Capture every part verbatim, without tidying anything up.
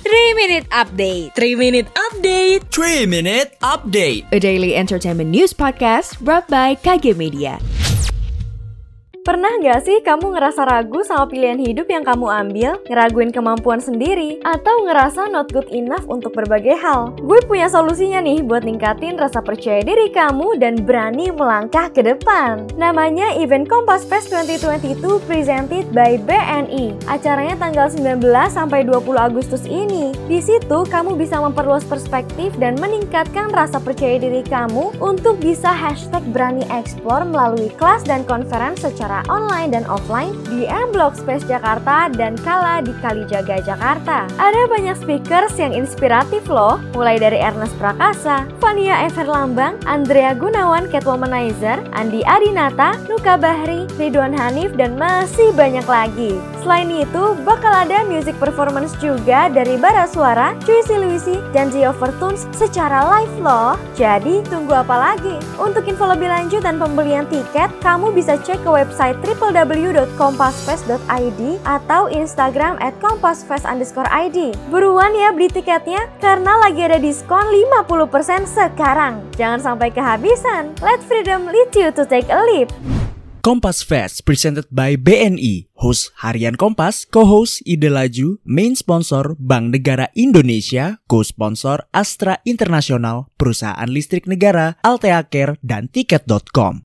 three minute update. three minute update. three minute update. A daily entertainment news podcast brought by K G Media. Pernah gak sih kamu ngerasa ragu sama pilihan hidup yang kamu ambil? Ngeraguin kemampuan sendiri? Atau ngerasa not good enough untuk berbagai hal? Gue punya solusinya nih buat ningkatin rasa percaya diri kamu dan berani melangkah ke depan. Namanya Event Kompas Fest dua ribu dua puluh dua presented by B N I. Acaranya tanggal sembilan belas sampai dua puluh Agustus ini. Di situ kamu bisa memperluas perspektif dan meningkatkan rasa percaya diri kamu untuk bisa hashtag berani explore melalui kelas dan konferensi secara online dan offline di M Block Space Jakarta dan Kala di Kalijaga Jakarta. Ada banyak speakers yang inspiratif loh, mulai dari Ernest Prakasa, Fania Everlambang, Andrea Gunawan Catwomanizer, Andi Adinata, Nuka Bahri, Ridwan Hanif, dan masih banyak lagi. Selain itu, bakal ada music performance juga dari Bara Suara, Cuisi Luisi, dan Zio Fortunes secara live loh. Jadi, tunggu apa lagi? Untuk info lebih lanjut dan pembelian tiket, kamu bisa cek ke website w w w dot kompasfest dot i d atau Instagram at kompasfest underscore i d. Buruan ya beli tiketnya, karena lagi ada diskon lima puluh persen sekarang. Jangan sampai kehabisan. Let freedom lead you to take a leap. Kompas Fest presented by B N I. Host Harian Kompas, co-host Ide Laju, main sponsor Bank Negara Indonesia, co-sponsor Astra International, perusahaan listrik negara, Altea Care, dan tiket dot com.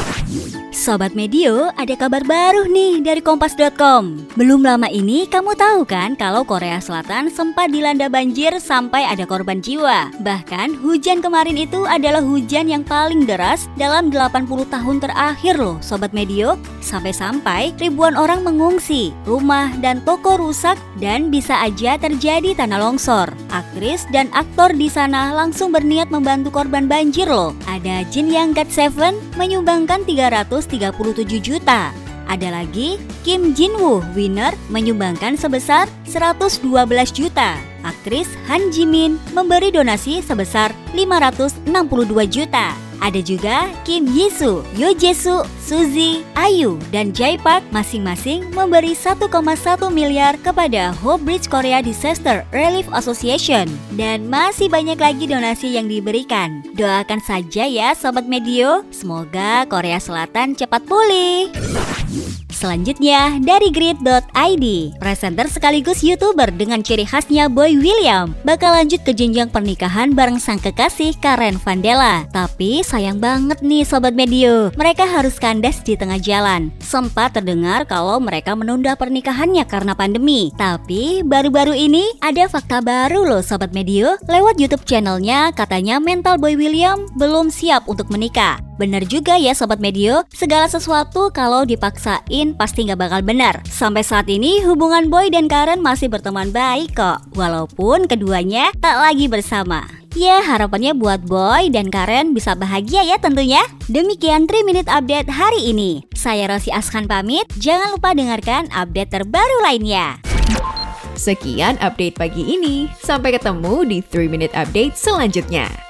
Sobat Medio, ada kabar baru nih dari kompas dot com. Belum lama ini kamu tahu kan kalau Korea Selatan sempat dilanda banjir sampai ada korban jiwa. Bahkan hujan kemarin itu adalah hujan yang paling deras dalam delapan puluh tahun terakhir loh Sobat Medio. Sampai-sampai ribuan orang mengungsi, rumah dan toko rusak dan bisa aja terjadi tanah longsor. Aktris dan aktor di sana langsung berniat membantu korban banjir loh. Ada Jin Yang God Seven menyumbangkan tiga ratus tiga puluh tujuh juta. Ada lagi Kim Jin Woo winner menyumbangkan sebesar seratus dua belas juta. Aktris Han Ji Min memberi donasi sebesar lima ratus enam puluh dua juta. Ada juga Kim Hee Soo, Yoo Jae Soo, Suzy, Ayu, dan Jae Park masing-masing memberi satu koma satu miliar kepada Hope Bridge Korea Disaster Relief Association. Dan masih banyak lagi donasi yang diberikan. Doakan saja ya Sobat Medio, semoga Korea Selatan cepat pulih. Selanjutnya dari grid dot i d, presenter sekaligus YouTuber dengan ciri khasnya Boy William bakal lanjut ke jenjang pernikahan bareng sang kekasih Karen Vandela. Tapi sayang banget nih Sobat Medio, mereka harus kandas di tengah jalan. Sempat terdengar kalau mereka menunda pernikahannya karena pandemi. Tapi baru-baru ini ada fakta baru loh Sobat Medio. Lewat YouTube channelnya katanya mental Boy William belum siap untuk menikah. Bener juga ya Sobat Medio, segala sesuatu kalau dipaksain pasti gak bakal benar. Sampai saat ini hubungan Boy dan Karen masih berteman baik kok, walaupun keduanya tak lagi bersama. Ya harapannya buat Boy dan Karen bisa bahagia ya tentunya. Demikian three minute update hari ini. Saya Rosi Askan pamit, jangan lupa dengarkan update terbaru lainnya. Sekian update pagi ini. Sampai ketemu di three minute update selanjutnya.